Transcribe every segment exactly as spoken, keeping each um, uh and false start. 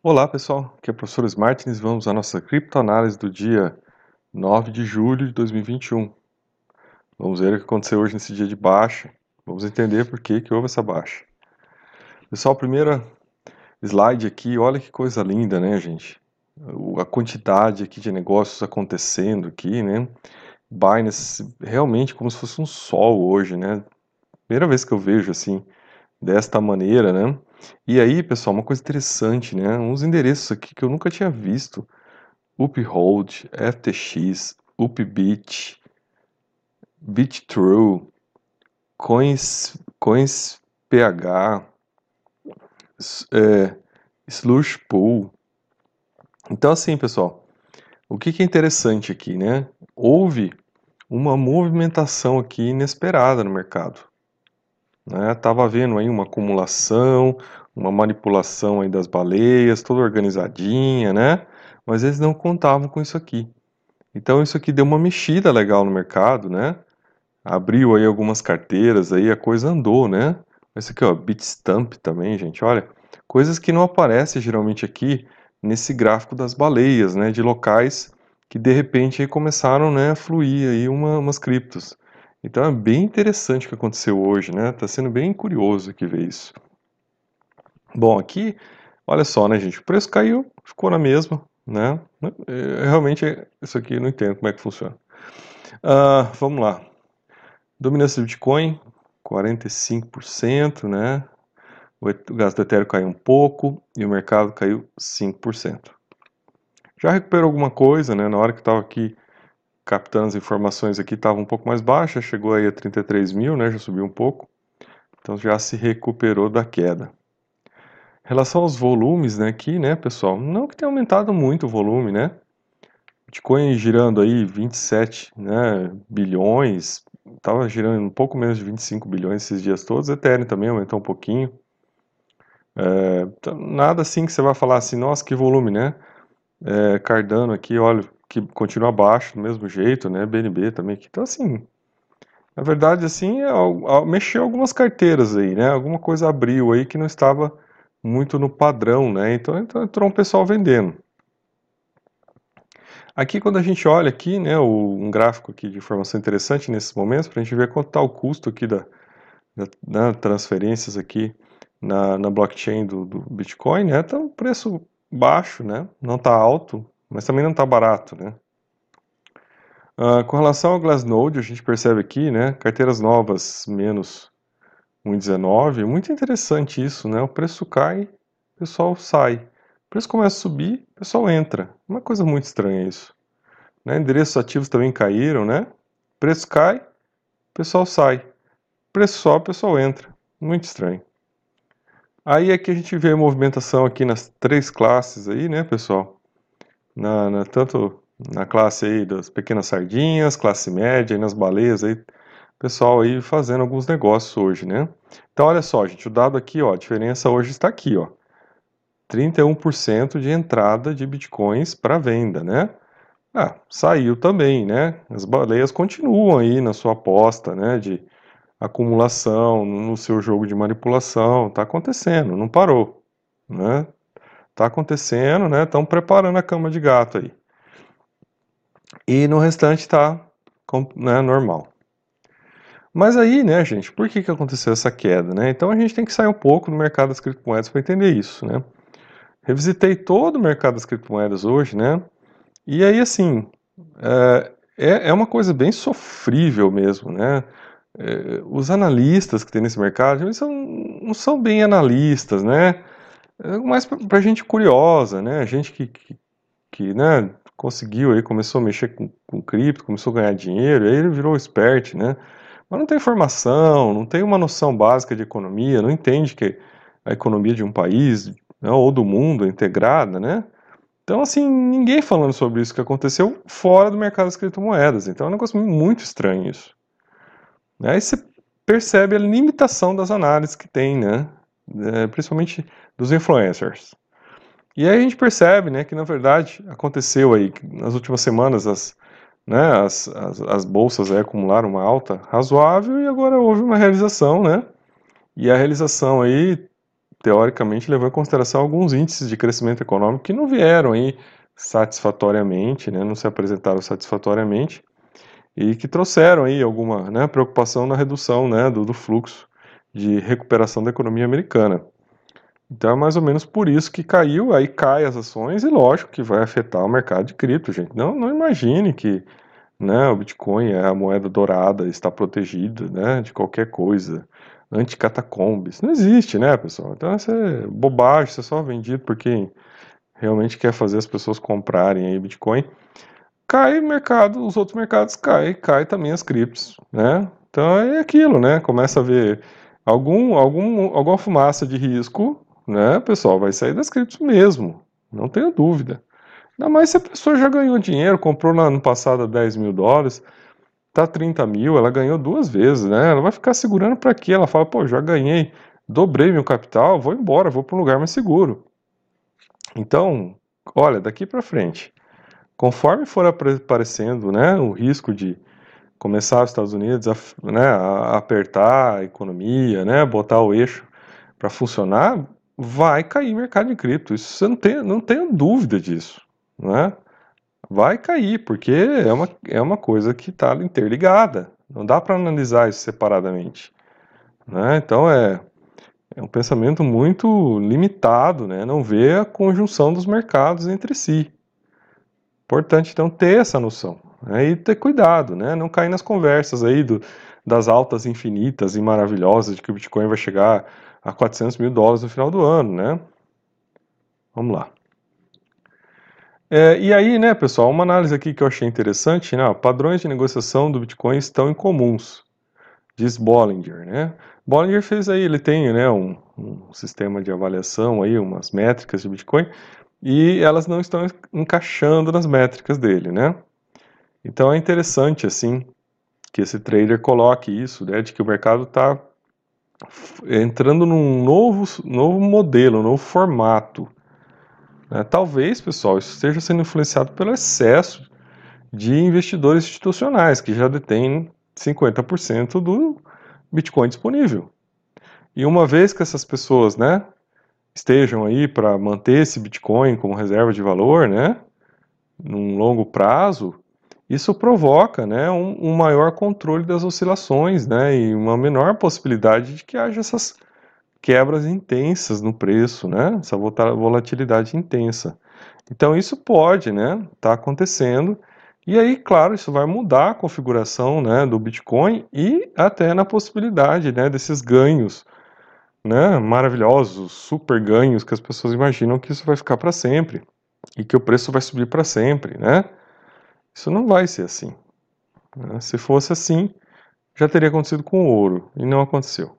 Olá pessoal, aqui é o professor Martins. Vamos à nossa criptoanálise do dia nove de julho de dois mil e vinte e um. Vamos ver o que aconteceu hoje nesse dia de baixa. Vamos entender por que que houve essa baixa. Pessoal, primeira slide aqui, olha que coisa linda, né, gente? A quantidade aqui de negócios acontecendo aqui, né? Binance realmente como se fosse um sol hoje, né? Primeira vez que eu vejo assim, desta maneira, né? E aí, pessoal, uma coisa interessante, né? Uns endereços aqui que eu nunca tinha visto. Uphold, F T X, Upbit, BitTrue, Coins, CoinsPH, é, Slushpool. Então, assim, pessoal, o que, que é interessante aqui, né? Houve uma movimentação aqui inesperada no mercado. Né? Tava havendo aí uma acumulação, uma manipulação aí das baleias, toda organizadinha, né? Mas eles não contavam com isso aqui. Então isso aqui deu uma mexida legal no mercado, né? Abriu aí algumas carteiras, aí a coisa andou, né? Esse aqui, ó, Bitstamp também, gente, olha, coisas que não aparecem geralmente aqui nesse gráfico das baleias, né? De locais que de repente aí começaram, né, a fluir aí uma, umas criptos. Então é bem interessante o que aconteceu hoje, né? Tá sendo bem curioso aqui ver isso. Bom, aqui, olha só, né, gente? O preço caiu, ficou na mesma, né? É, realmente, isso aqui eu não entendo como é que funciona. Ah, vamos lá. Dominância do Bitcoin, quarenta e cinco por cento, né? O gasto do Ethereum caiu um pouco e o mercado caiu cinco por cento. Já recuperou alguma coisa, né? Na hora que estava aqui captando as informações aqui, estava um pouco mais baixa, chegou aí a trinta e três mil, né? Já subiu um pouco. Então já se recuperou da queda. Em relação aos volumes, né, aqui, né, pessoal, não que tenha aumentado muito o volume, né? Bitcoin girando aí vinte e sete, né, bilhões, estava girando um pouco menos de vinte e cinco bilhões esses dias todos. Ethereum também aumentou um pouquinho. É, nada assim que você vai falar assim, nossa, que volume, né? É, Cardano aqui, olha, que continua abaixo do mesmo jeito, né? B N B também aqui. Então, assim, na verdade, assim, é, é, mexeu algumas carteiras aí, né? Alguma coisa abriu aí que não estava muito no padrão, né? Então, então entrou um pessoal vendendo. Aqui, quando a gente olha aqui, né, o, um gráfico aqui de informação interessante nesses momentos, para a gente ver quanto está o custo aqui da, da, da transferências aqui na, na blockchain do, do Bitcoin, né, tá um preço baixo, né, não está alto, mas também não está barato, né. Uh, com relação ao Glassnode, a gente percebe aqui, né, carteiras novas menos um vírgula dezenove, muito interessante isso, né, o preço cai, o pessoal sai, o preço começa a subir, o pessoal entra, uma coisa muito estranha isso. Né? Endereços ativos também caíram, né? Preço cai, o pessoal sai. Preço sobe, o pessoal entra. Muito estranho. Aí aqui a gente vê a movimentação aqui nas três classes aí, né, pessoal? Na, na, tanto na classe aí das pequenas sardinhas, classe média, e nas baleias aí, pessoal aí fazendo alguns negócios hoje, né? Então olha só, gente, o dado aqui, ó, a diferença hoje está aqui, ó. trinta e um por cento de entrada de bitcoins para venda, né? Ah, saiu também, né? As baleias continuam aí na sua aposta, né? De acumulação, no seu jogo de manipulação, tá acontecendo, não parou, né? Tá acontecendo, né? Estão preparando a cama de gato aí. E no restante tá, né, normal. Mas aí, né, gente, por que que aconteceu essa queda, né? Então a gente tem que sair um pouco do mercado das criptomoedas para entender isso, né? Revisitei todo o mercado das criptomoedas hoje, né? E aí, assim, é, é uma coisa bem sofrível mesmo, né? É, os analistas que tem nesse mercado, eles são, não são bem analistas, né? É mais para gente curiosa, né? Gente que, que, que, né, conseguiu aí, começou a mexer com, com cripto, começou a ganhar dinheiro, aí ele virou expert, né? Mas não tem formação, não tem uma noção básica de economia, não entende que a economia de um país, né, ou do mundo é integrada, né? Então, assim, ninguém falando sobre isso que aconteceu fora do mercado das criptomoedas. Então é um negócio muito estranho isso. Aí você percebe a limitação das análises que tem, né? É, principalmente dos influencers. E aí a gente percebe, né, que na verdade aconteceu aí, que nas últimas semanas as, né, as, as, as bolsas aí acumularam uma alta razoável e agora houve uma realização, né? E a realização aí teoricamente levou em consideração alguns índices de crescimento econômico que não vieram aí satisfatoriamente, né, não se apresentaram satisfatoriamente, e que trouxeram aí alguma, né, preocupação na redução, né, do, do fluxo de recuperação da economia americana. Então é mais ou menos por isso que caiu, aí cai as ações e lógico que vai afetar o mercado de cripto, gente. Não, não imagine que, né, o Bitcoin é a moeda dourada, está protegida, né, de qualquer coisa, anti-catacombes. Não existe, né, pessoal? Então isso é bobagem, isso é só vendido porque realmente quer fazer as pessoas comprarem aí Bitcoin. Cai o mercado, os outros mercados caem, cai também as criptos, né? Então é aquilo, né? Começa a ver algum, algum, alguma fumaça de risco, né, pessoal? Vai sair das criptos mesmo, não tenho dúvida. Ainda mais se a pessoa já ganhou dinheiro, comprou no ano passado dez mil dólares, tá trinta mil, ela ganhou duas vezes, né? Ela vai ficar segurando para quê? Ela fala, pô, já ganhei, dobrei meu capital, vou embora, vou para um lugar mais seguro. Então, olha, daqui para frente, conforme for aparecendo, né, o risco de começar os Estados Unidos a, né, a apertar a economia, né, botar o eixo para funcionar, vai cair o mercado de cripto. Isso você não tem, não tenho dúvida disso, né? Vai cair, porque é uma, é uma coisa que está interligada. Não dá para analisar isso separadamente, né? Então é, é um pensamento muito limitado, né? Não vê a conjunção dos mercados entre si. Importante, então, ter essa noção, né, e ter cuidado, né, não cair nas conversas aí do, das altas infinitas e maravilhosas de que o Bitcoin vai chegar a quatrocentos mil dólares no final do ano, né? Vamos lá. É, e aí, né, pessoal, uma análise aqui que eu achei interessante, né, padrões de negociação do Bitcoin estão incomuns, diz Bollinger, né? Bollinger fez aí, ele tem, né, um, um sistema de avaliação aí, umas métricas de Bitcoin, e elas não estão encaixando nas métricas dele, né? Então é interessante, assim, que esse trader coloque isso, né, de que o mercado está entrando num novo, novo modelo, um novo formato. Né? Talvez, pessoal, isso esteja sendo influenciado pelo excesso de investidores institucionais, que já detêm cinquenta por cento do Bitcoin disponível. E uma vez que essas pessoas, né, estejam aí para manter esse Bitcoin como reserva de valor, né, num longo prazo, isso provoca, né, um, um maior controle das oscilações, né, e uma menor possibilidade de que haja essas quebras intensas no preço, né, essa volatilidade intensa. Então isso pode, né, tá acontecendo, e aí, claro, isso vai mudar a configuração, né, do Bitcoin e até na possibilidade, né, desses ganhos, né, maravilhosos, super ganhos que as pessoas imaginam que isso vai ficar para sempre e que o preço vai subir para sempre, né? Isso não vai ser assim. Né? Se fosse assim, já teria acontecido com o ouro, e não aconteceu.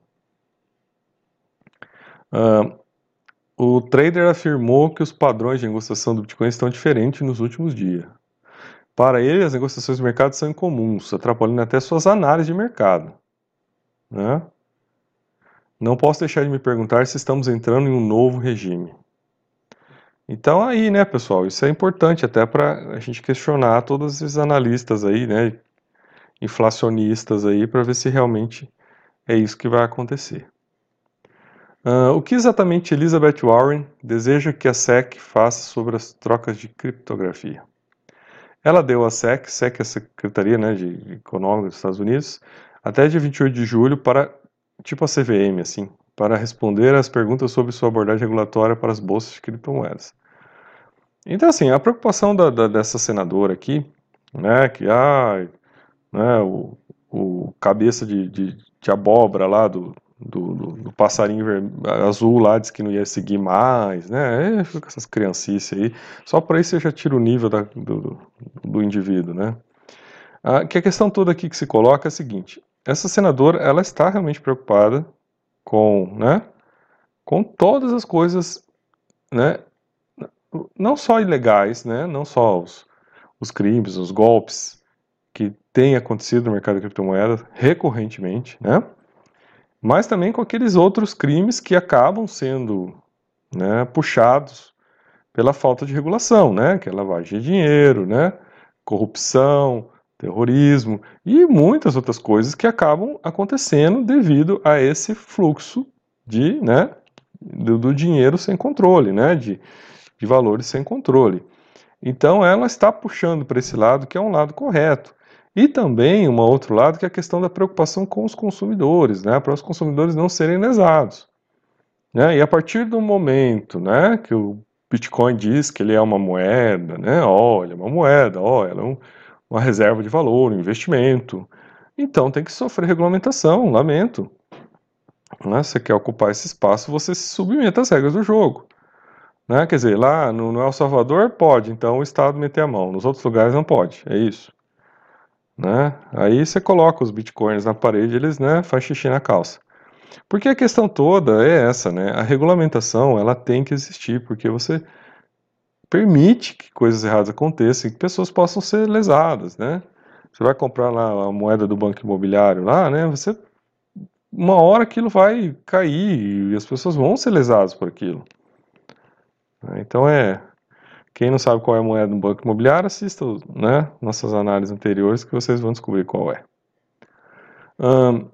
Uh, o trader afirmou que os padrões de negociação do Bitcoin estão diferentes nos últimos dias. Para ele, as negociações do mercado são incomuns, atrapalhando até suas análises de mercado. Né? Não posso deixar de me perguntar se estamos entrando em um novo regime. Então aí, né, pessoal, isso é importante até para a gente questionar todos esses analistas aí, né, inflacionistas aí, para ver se realmente é isso que vai acontecer. Uh, o que exatamente Elizabeth Warren deseja que a S E C faça sobre as trocas de criptografia? Ela deu à S E C, S E C é a Secretaria, né, de Econômica dos Estados Unidos, até dia vinte e oito de julho para, tipo a C V M, assim, para responder às perguntas sobre sua abordagem regulatória para as bolsas de criptomoedas. Então, assim, a preocupação da, da, dessa senadora aqui, né, que, ah, né, o, o cabeça de, de, de abóbora lá do, do, do, do passarinho azul lá disse que não ia seguir mais, né, é, fica com essas criancices aí, só por aí você já tira o nível da, do, do indivíduo, né. Ah, que a questão toda aqui que se coloca é a seguinte, essa senadora, ela está realmente preocupada com, né, com todas as coisas, né, não só ilegais, né, não só os, os crimes, os golpes que têm acontecido no mercado de criptomoedas recorrentemente, né, mas também com aqueles outros crimes que acabam sendo, né, puxados pela falta de regulação, né, que é lavagem de dinheiro, né, corrupção, terrorismo e muitas outras coisas que acabam acontecendo devido a esse fluxo de, né, do, do dinheiro sem controle, né? De, de valores sem controle. Então ela está puxando para esse lado que é um lado correto. E também um outro lado que é a questão da preocupação com os consumidores, né? Para os consumidores não serem lesados. Né? E a partir do momento, né, que o Bitcoin diz que ele é uma moeda, né? Olha, uma moeda, olha, ela é um, uma reserva de valor, um investimento. Então tem que sofrer regulamentação, lamento. Né? Você quer ocupar esse espaço, você se submete às regras do jogo. Né? Quer dizer, lá no, no El Salvador pode, então o Estado meter a mão. Nos outros lugares não pode, é isso. Né? Aí você coloca os bitcoins na parede, eles, né, faz xixi na calça. Porque a questão toda é essa, né? A regulamentação, ela tem que existir, porque você permite que coisas erradas aconteçam e que pessoas possam ser lesadas, né? Você vai comprar lá a moeda do banco imobiliário lá, né? Você, uma hora aquilo vai cair e as pessoas vão ser lesadas por aquilo. Então é, quem não sabe qual é a moeda do banco imobiliário, assista, né, nossas análises anteriores que vocês vão descobrir qual é. Hum,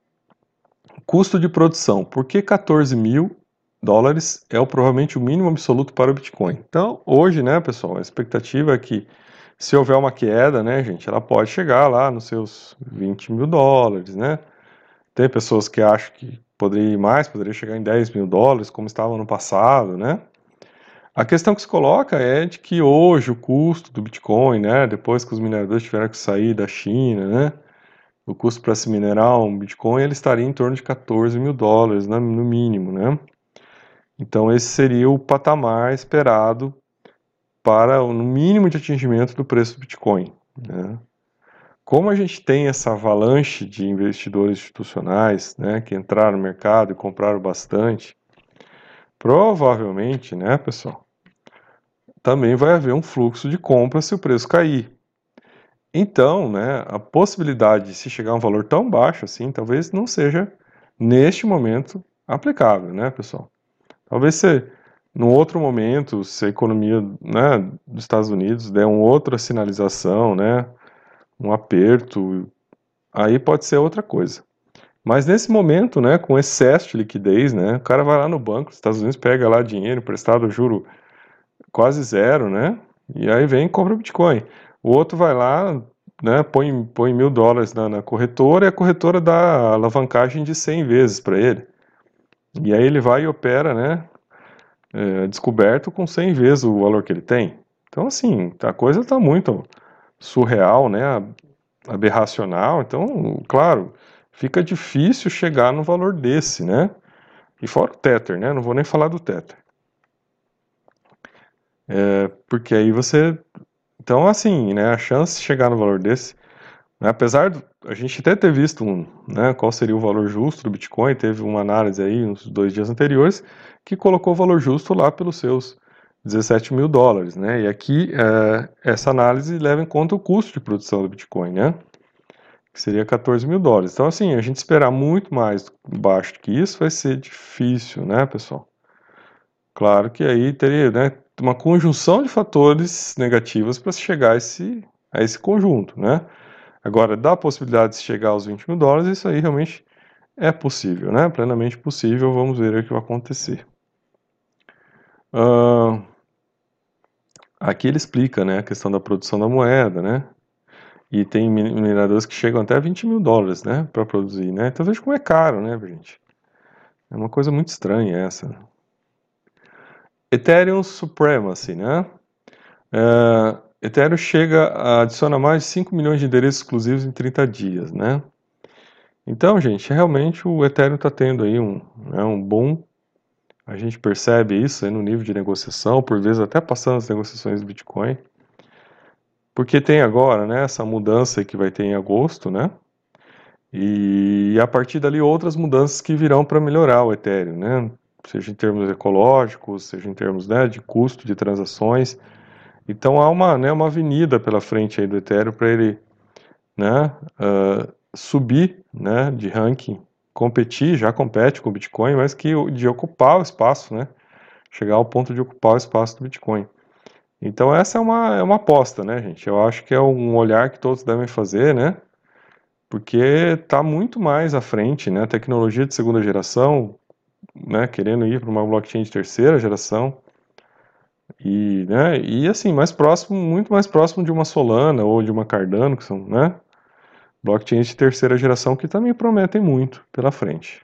custo de produção. Por que quatorze mil dólares é o, provavelmente o mínimo absoluto para o Bitcoin? Então, hoje, né, pessoal, a expectativa é que se houver uma queda, né, gente, ela pode chegar lá nos seus vinte mil dólares, né? Tem pessoas que acham que poderia ir mais, poderia chegar em dez mil dólares, como estava no passado, né? A questão que se coloca é de que hoje o custo do Bitcoin, né, depois que os mineradores tiveram que sair da China, né, o custo para se minerar um Bitcoin ele estaria em torno de quatorze mil dólares, né, no mínimo, né? Então esse seria o patamar esperado para o mínimo de atingimento do preço do Bitcoin, né? Como a gente tem essa avalanche de investidores institucionais, né, que entraram no mercado e compraram bastante, provavelmente, né, pessoal, também vai haver um fluxo de compra se o preço cair. Então, né, a possibilidade de se chegar a um valor tão baixo assim, talvez não seja neste momento aplicável, né, pessoal? Talvez se num outro momento, se a economia, né, dos Estados Unidos der uma outra sinalização, né, um aperto, aí pode ser outra coisa. Mas nesse momento, né, com excesso de liquidez, né, o cara vai lá no banco dos Estados Unidos, pega lá dinheiro emprestado, juro quase zero, né, e aí vem e compra o Bitcoin. O outro vai lá, né, põe, põe mil dólares na, na corretora e a corretora dá alavancagem de cem vezes para ele. E aí ele vai e opera, né, é, descoberto com cem vezes o valor que ele tem. Então, assim, a coisa está muito surreal, né, aberracional. Então, claro, fica difícil chegar no valor desse, né? E fora o Tether, né? Não vou nem falar do Tether. É, porque aí você... Então, assim, né, a chance de chegar no valor desse, né, apesar de a gente até ter visto um, né, qual seria o valor justo do Bitcoin, teve uma análise aí nos dois dias anteriores que colocou o valor justo lá pelos seus dezessete mil dólares, né? E aqui é, essa análise leva em conta o custo de produção do Bitcoin, né? Que seria quatorze mil dólares. Então, assim, a gente esperar muito mais baixo que isso vai ser difícil, né, pessoal? Claro que aí teria, né, uma conjunção de fatores negativos para se chegar a esse, a esse conjunto, né? Agora, dá a possibilidade de se chegar aos vinte mil dólares, isso aí realmente é possível, né? Plenamente possível, vamos ver o que vai acontecer. Uh, aqui ele explica, né, a questão da produção da moeda, né? E tem mineradores que chegam até vinte mil dólares, né, para produzir, né? Então veja como é caro, né, gente? É uma coisa muito estranha essa. Ethereum Supremacy, né? Uh, Ethereum chega a adicionar mais de cinco milhões de endereços exclusivos em trinta dias, né? Então, gente, realmente o Ethereum está tendo aí um, né, um boom. A gente percebe isso aí no nível de negociação, por vezes até passando as negociações do Bitcoin. Porque tem agora, né, essa mudança que vai ter em agosto, né? E a partir dali outras mudanças que virão para melhorar o Ethereum, né? Seja em termos ecológicos, seja em termos, né, de custo de transações. Então há uma, né, uma avenida pela frente aí do Ethereum para ele, né, uh, subir, né, de ranking, competir, já compete com o Bitcoin, mas que de ocupar o espaço, né, chegar ao ponto de ocupar o espaço do Bitcoin. Então essa é uma, é uma aposta, né, gente? Eu acho que é um olhar que todos devem fazer, né? Porque está muito mais à frente, né? A tecnologia de segunda geração, né, querendo ir para uma blockchain de terceira geração, e, né, e assim, mais próximo, muito mais próximo de uma Solana ou de uma Cardano, que são, né, blockchains de terceira geração que também prometem muito pela frente.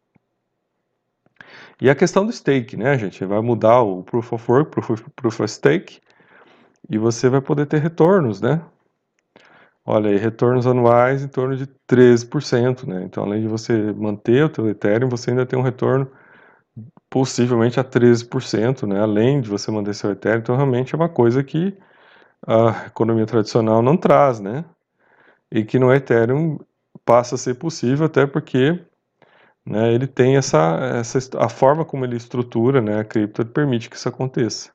E a questão do stake, né, gente? Vai mudar o Proof of Work para o Proof of Stake e você vai poder ter retornos, né? Olha aí, retornos anuais em torno de treze por cento, né? Então, além de você manter o teu Ethereum, você ainda tem um retorno possivelmente a treze por cento, né? Além de você manter seu Ethereum, então realmente é uma coisa que a economia tradicional não traz, né? E que no Ethereum passa a ser possível, até porque, né, ele tem essa, essa a forma como ele estrutura, né, a cripto permite que isso aconteça.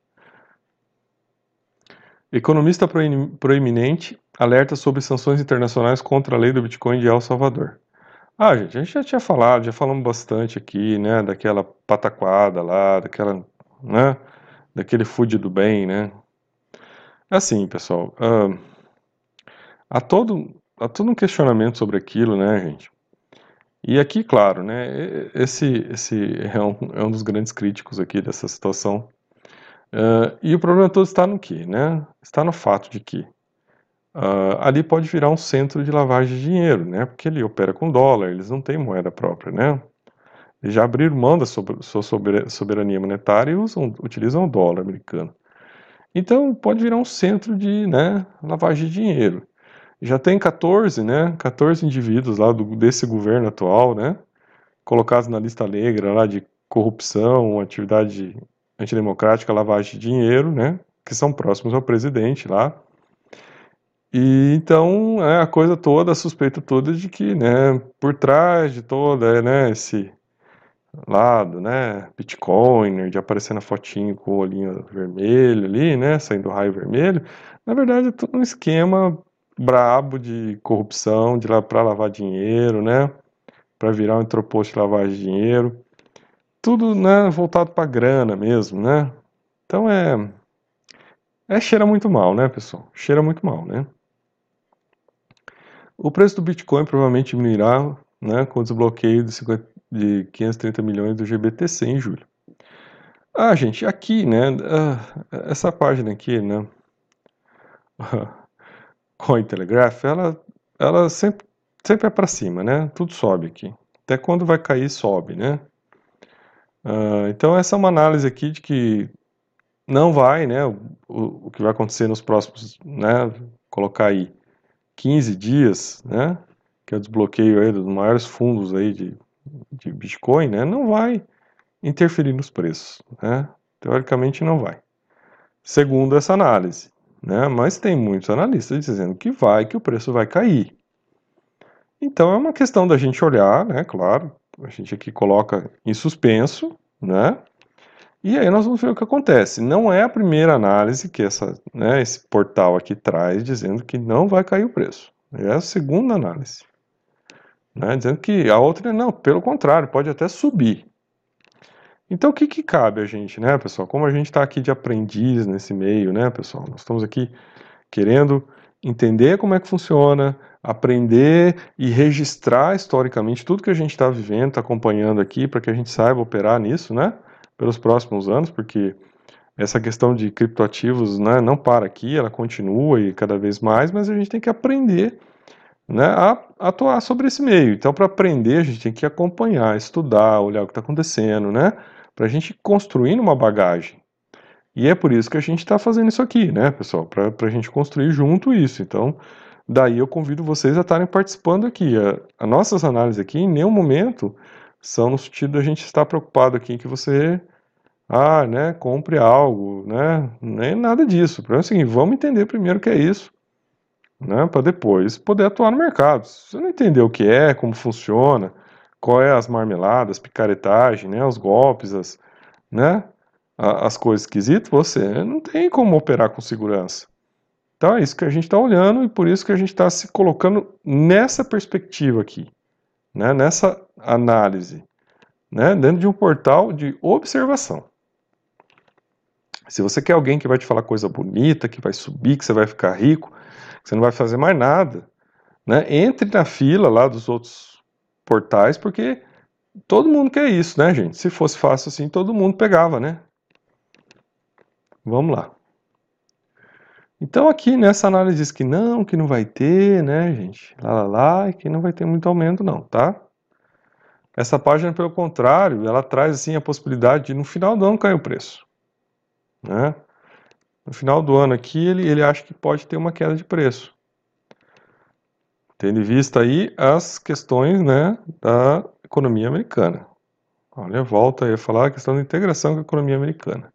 Economista proeminente alerta sobre sanções internacionais contra a lei do Bitcoin de El Salvador. Ah, gente, a gente já tinha falado, já falamos bastante aqui, né, daquela pataquada lá, daquela, né, daquele food do bem, né. Assim, pessoal, uh, há todo, há todo um questionamento sobre aquilo, né, gente. E aqui, claro, né, esse, esse é, um, é um dos grandes críticos aqui dessa situação. Uh, e o problema todo está no quê, né? Está no fato de que uh, ali pode virar um centro de lavagem de dinheiro, né? Porque ele opera com dólar, eles não têm moeda própria, né? Eles já abriram mão da sua soberania monetária e usam, utilizam o dólar americano. Então pode virar um centro de, né, lavagem de dinheiro. Já tem quatorze, né, quatorze indivíduos lá do, desse governo atual, né, colocados na lista negra lá de corrupção, atividade antidemocrática, lavagem de dinheiro, né, que são próximos ao presidente lá. E então é a coisa toda, a suspeita toda de que, né, por trás de toda, né, esse lado, né, Bitcoiner, de aparecer na fotinho com o olhinho vermelho ali, né, saindo raio vermelho, na verdade é tudo um esquema brabo de corrupção, de lá para lavar dinheiro, né, para virar um entreposto de lavagem de dinheiro, tudo, né, voltado para grana mesmo, né. Então é é cheira muito mal, né, pessoal? Cheira muito mal, né? O preço do Bitcoin provavelmente diminuirá, né, com o desbloqueio de, cinquenta, de quinhentos e trinta milhões do G B T C em julho. Ah, gente, aqui, né, essa página aqui, né, Cointelegraph, ela, ela sempre, sempre é para cima, né, tudo sobe aqui. Até quando vai cair, sobe, né. Uh, então essa é uma análise aqui de que não vai, né, o, o, o que vai acontecer nos próximos, né, colocar aí quinze dias, né, que é o desbloqueio aí dos maiores fundos aí de, de Bitcoin, né, não vai interferir nos preços, né, teoricamente não vai. Segundo essa análise, né, mas tem muitos analistas dizendo que vai, que o preço vai cair. Então é uma questão da gente olhar, né, claro, a gente aqui coloca em suspenso, né, e aí nós vamos ver o que acontece. Não é a primeira análise que essa, né, esse portal aqui traz dizendo que não vai cair o preço. É a segunda análise, né, dizendo que a outra não, pelo contrário, pode até subir. Então o que que cabe a gente, né, pessoal? Como a gente está aqui de aprendiz nesse meio, né, pessoal? Nós estamos aqui querendo entender como é que funciona, aprender e registrar historicamente tudo que a gente está vivendo, está acompanhando aqui, para que a gente saiba operar nisso, né, pelos próximos anos, porque essa questão de criptoativos, né, não para aqui, ela continua e cada vez mais, mas a gente tem que aprender, né, a atuar sobre esse meio. Então, para aprender, a gente tem que acompanhar, estudar, olhar o que está acontecendo, né, para a gente construir uma bagagem. E é por isso que a gente está fazendo isso aqui, né, pessoal? Para a gente construir junto isso. Então, daí eu convido vocês a estarem participando aqui. A, a nossas análises aqui, em nenhum momento, são no sentido da gente estar preocupado aqui em que você, ah, né, compre algo, né? Nem nada disso. Para assim, vamos entender primeiro o que é isso, né? Para depois poder atuar no mercado. Se você não entender o que é, como funciona, qual é as marmeladas, picaretagem, né, os golpes, as, né? as coisas esquisitas, você não tem como operar com segurança. Então é isso que a gente está olhando e por isso que a gente está se colocando nessa perspectiva aqui, né, nessa análise, né, dentro de um portal de observação. Se você quer alguém que vai te falar coisa bonita, que vai subir, que você vai ficar rico, que você não vai fazer mais nada, né, entre na fila lá dos outros portais, porque todo mundo quer isso, né, gente? Se fosse fácil assim, todo mundo pegava, né? Vamos lá. Então aqui nessa análise diz que não, que não vai ter, né, gente? Lá, lá, lá, e que não vai ter muito aumento não, tá? Essa página, pelo contrário, ela traz assim a possibilidade de no final do ano cair o preço, né? No final do ano aqui, ele, ele acha que pode ter uma queda de preço. Tendo em vista aí as questões, né, da economia americana. Olha, volta aí a falar a questão da integração com a economia americana.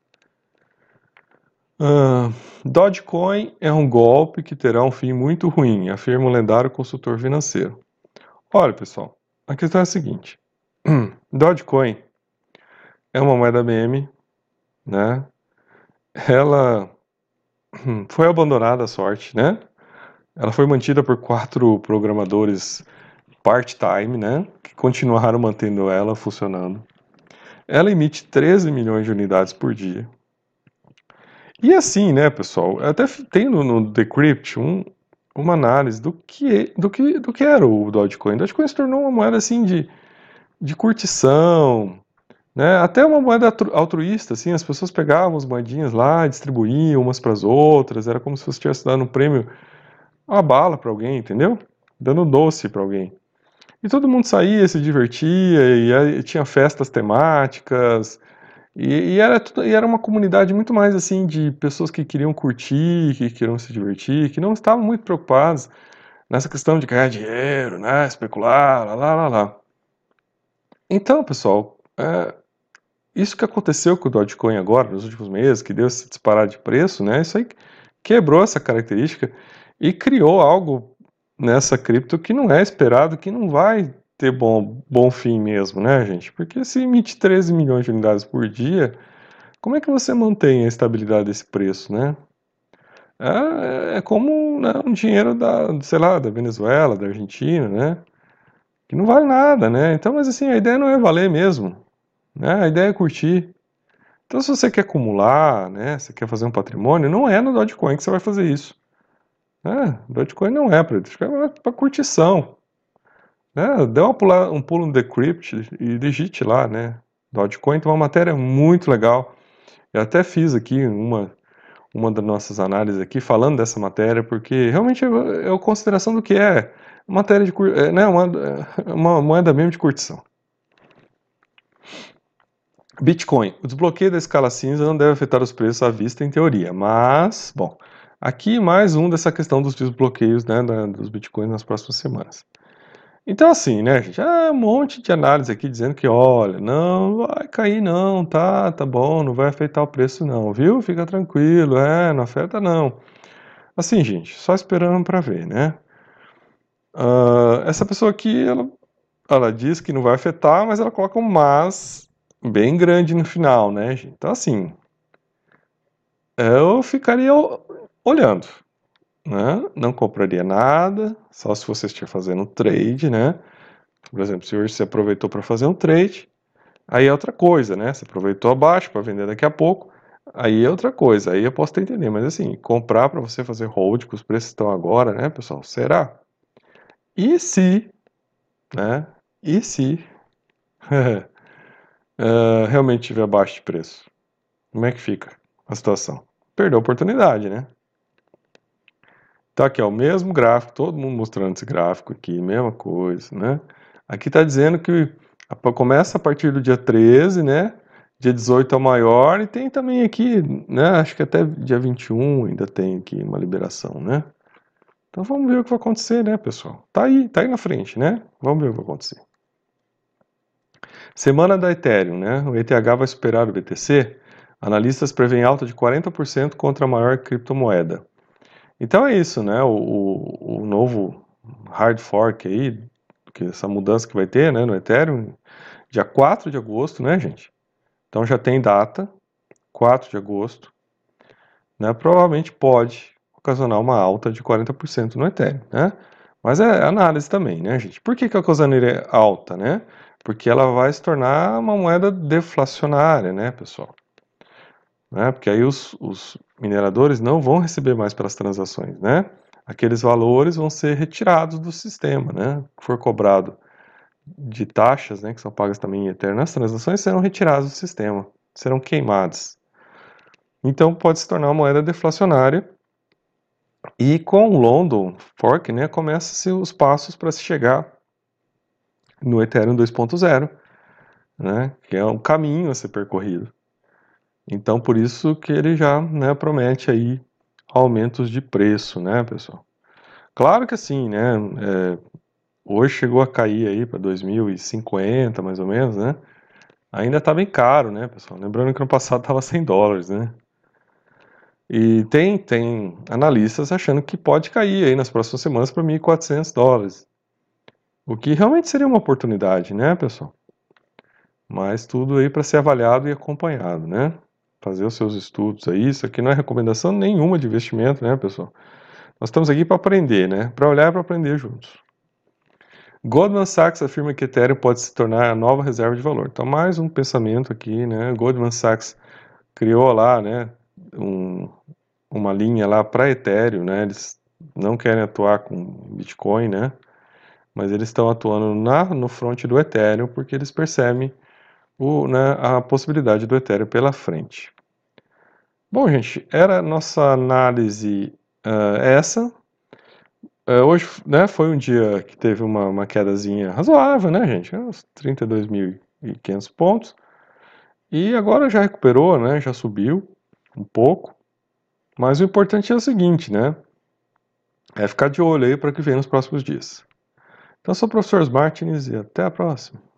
Uh, Dogecoin é um golpe que terá um fim muito ruim, afirma o lendário consultor financeiro. Olha, pessoal, a questão é a seguinte. Dogecoin é uma moeda meme, né? Ela foi abandonada à sorte, né? Ela foi mantida por quatro programadores part-time, né? Que continuaram mantendo ela funcionando. Ela emite treze milhões de unidades por dia. E assim, né, pessoal? Eu até tem no, no Decrypt um, uma análise do que, do, que, do que era o Dogecoin. O Dogecoin se tornou uma moeda assim de, de curtição, né? Até uma moeda altruísta, assim, as pessoas pegavam as moedinhas lá, distribuíam umas para as outras, era como se você estivesse dando um prêmio, uma bala para alguém, entendeu? Dando doce para alguém. E todo mundo saía, se divertia, e, e tinha festas temáticas, e, e, era tudo, e era uma comunidade muito mais assim de pessoas que queriam curtir, que queriam se divertir, que não estavam muito preocupadas nessa questão de ganhar dinheiro, né, especular, lá, lá, lá, lá. Então, pessoal, é, isso que aconteceu com o Dogecoin agora, nos últimos meses, que deu esse disparar de preço, né, isso aí quebrou essa característica e criou algo nessa cripto que não é esperado, que não vai ter bom, bom fim mesmo, né, gente? Porque se emite treze milhões de unidades por dia, como é que você mantém a estabilidade desse preço, né? É, é como, né, um dinheiro da, sei lá, da Venezuela, da Argentina, né? Que não vale nada, né? Então, mas assim, a ideia não é valer mesmo, né? A ideia é curtir. Então, se você quer acumular, né? Você quer fazer um patrimônio, não é no Dogecoin que você vai fazer isso. Né? Dogecoin não é para é para curtição. Né? Dê uma pula, um pulo no Decrypt e digite lá, né? Dogecoin tem uma matéria muito legal. Eu até fiz aqui uma, uma das nossas análises aqui falando dessa matéria, porque realmente é, é a consideração do que é matéria de é, né? uma, uma moeda mesmo de curtição. Bitcoin. O desbloqueio da escala cinza não deve afetar os preços à vista em teoria, mas, bom, aqui mais um dessa questão dos desbloqueios, né, da, dos bitcoins nas próximas semanas. Então assim, né, gente, ah, um monte de análise aqui dizendo que, olha, não vai cair não, tá, tá bom, não vai afetar o preço não, viu? Fica tranquilo, é, não afeta não. Assim, gente, só esperando para ver, né? Uh, essa pessoa aqui, ela, ela diz que não vai afetar, mas ela coloca um mas bem grande no final, né, gente? Então assim, eu ficaria olhando, né? Não compraria nada, só se você estiver fazendo um trade, né? Por exemplo, se hoje você aproveitou para fazer um trade, aí é outra coisa, né? Você aproveitou abaixo para vender daqui a pouco, aí é outra coisa, aí eu posso até entender, mas assim, comprar para você fazer hold, que os preços estão agora, né, pessoal? Será? E se, né? E se uh, realmente estiver abaixo de preço? Como é que fica a situação? Perdeu a oportunidade, né? Tá aqui, ó, o mesmo gráfico, todo mundo mostrando esse gráfico aqui, mesma coisa, né? Aqui tá dizendo que começa a partir do dia treze, né? Dia dezoito é o maior e tem também aqui, né? Acho que até dia vinte e um ainda tem aqui uma liberação, né? Então vamos ver o que vai acontecer, né, pessoal? Tá aí, tá aí na frente, né? Vamos ver o que vai acontecer. Semana da Ethereum, né? O E T H vai superar o B T C. Analistas preveem alta de quarenta por cento contra a maior criptomoeda. Então é isso, né? O, o, o novo hard fork aí, que essa mudança que vai ter, né, no Ethereum, dia quatro de agosto, né, gente? Então já tem data, quatro de agosto, né? Provavelmente pode ocasionar uma alta de quarenta por cento no Ethereum, né? Mas é análise também, né, gente? Por que que ocasionaria alta, né? Porque ela vai se tornar uma moeda deflacionária, né, pessoal? Né? Porque aí os, os mineradores não vão receber mais pelas transações, né? Aqueles valores vão ser retirados do sistema, né? Que for cobrado de taxas, né, que são pagas também em Ethereum nas transações, serão retiradas do sistema, serão queimadas. Então pode se tornar uma moeda deflacionária. E com o London Fork, né, começam-se os passos para se chegar no Ethereum dois ponto zero, né, que é um caminho a ser percorrido. Então por isso que ele já, né, promete aí aumentos de preço, né, pessoal? Claro que assim, né, é, hoje chegou a cair aí para dois mil e cinquenta, mais ou menos, né? Ainda tá bem caro, né, pessoal? Lembrando que no passado tava cem dólares, né? E tem, tem analistas achando que pode cair aí nas próximas semanas para mil e quatrocentos dólares. O que realmente seria uma oportunidade, né, pessoal? Mas tudo aí para ser avaliado e acompanhado, né? Fazer os seus estudos aí. Isso aqui não é recomendação nenhuma de investimento, né, pessoal? Nós estamos aqui para aprender, né? Para olhar e para aprender juntos. Goldman Sachs afirma que Ethereum pode se tornar a nova reserva de valor. Então, mais um pensamento aqui, né? Goldman Sachs criou lá, né, um, uma linha lá para Ethereum, né? Eles não querem atuar com Bitcoin, né? Mas eles estão atuando na, no front do Ethereum porque eles percebem o, né, a possibilidade do Ethereum pela frente. Bom, gente, era a nossa análise uh, essa. Uh, hoje, né, foi um dia que teve uma, uma quedazinha razoável, né, gente? Uns trinta e dois mil e quinhentos pontos. E agora já recuperou, né? Já subiu um pouco. Mas o importante é o seguinte, né? É ficar de olho aí para o que vem nos próximos dias. Então, eu sou o professor Martins e até a próxima.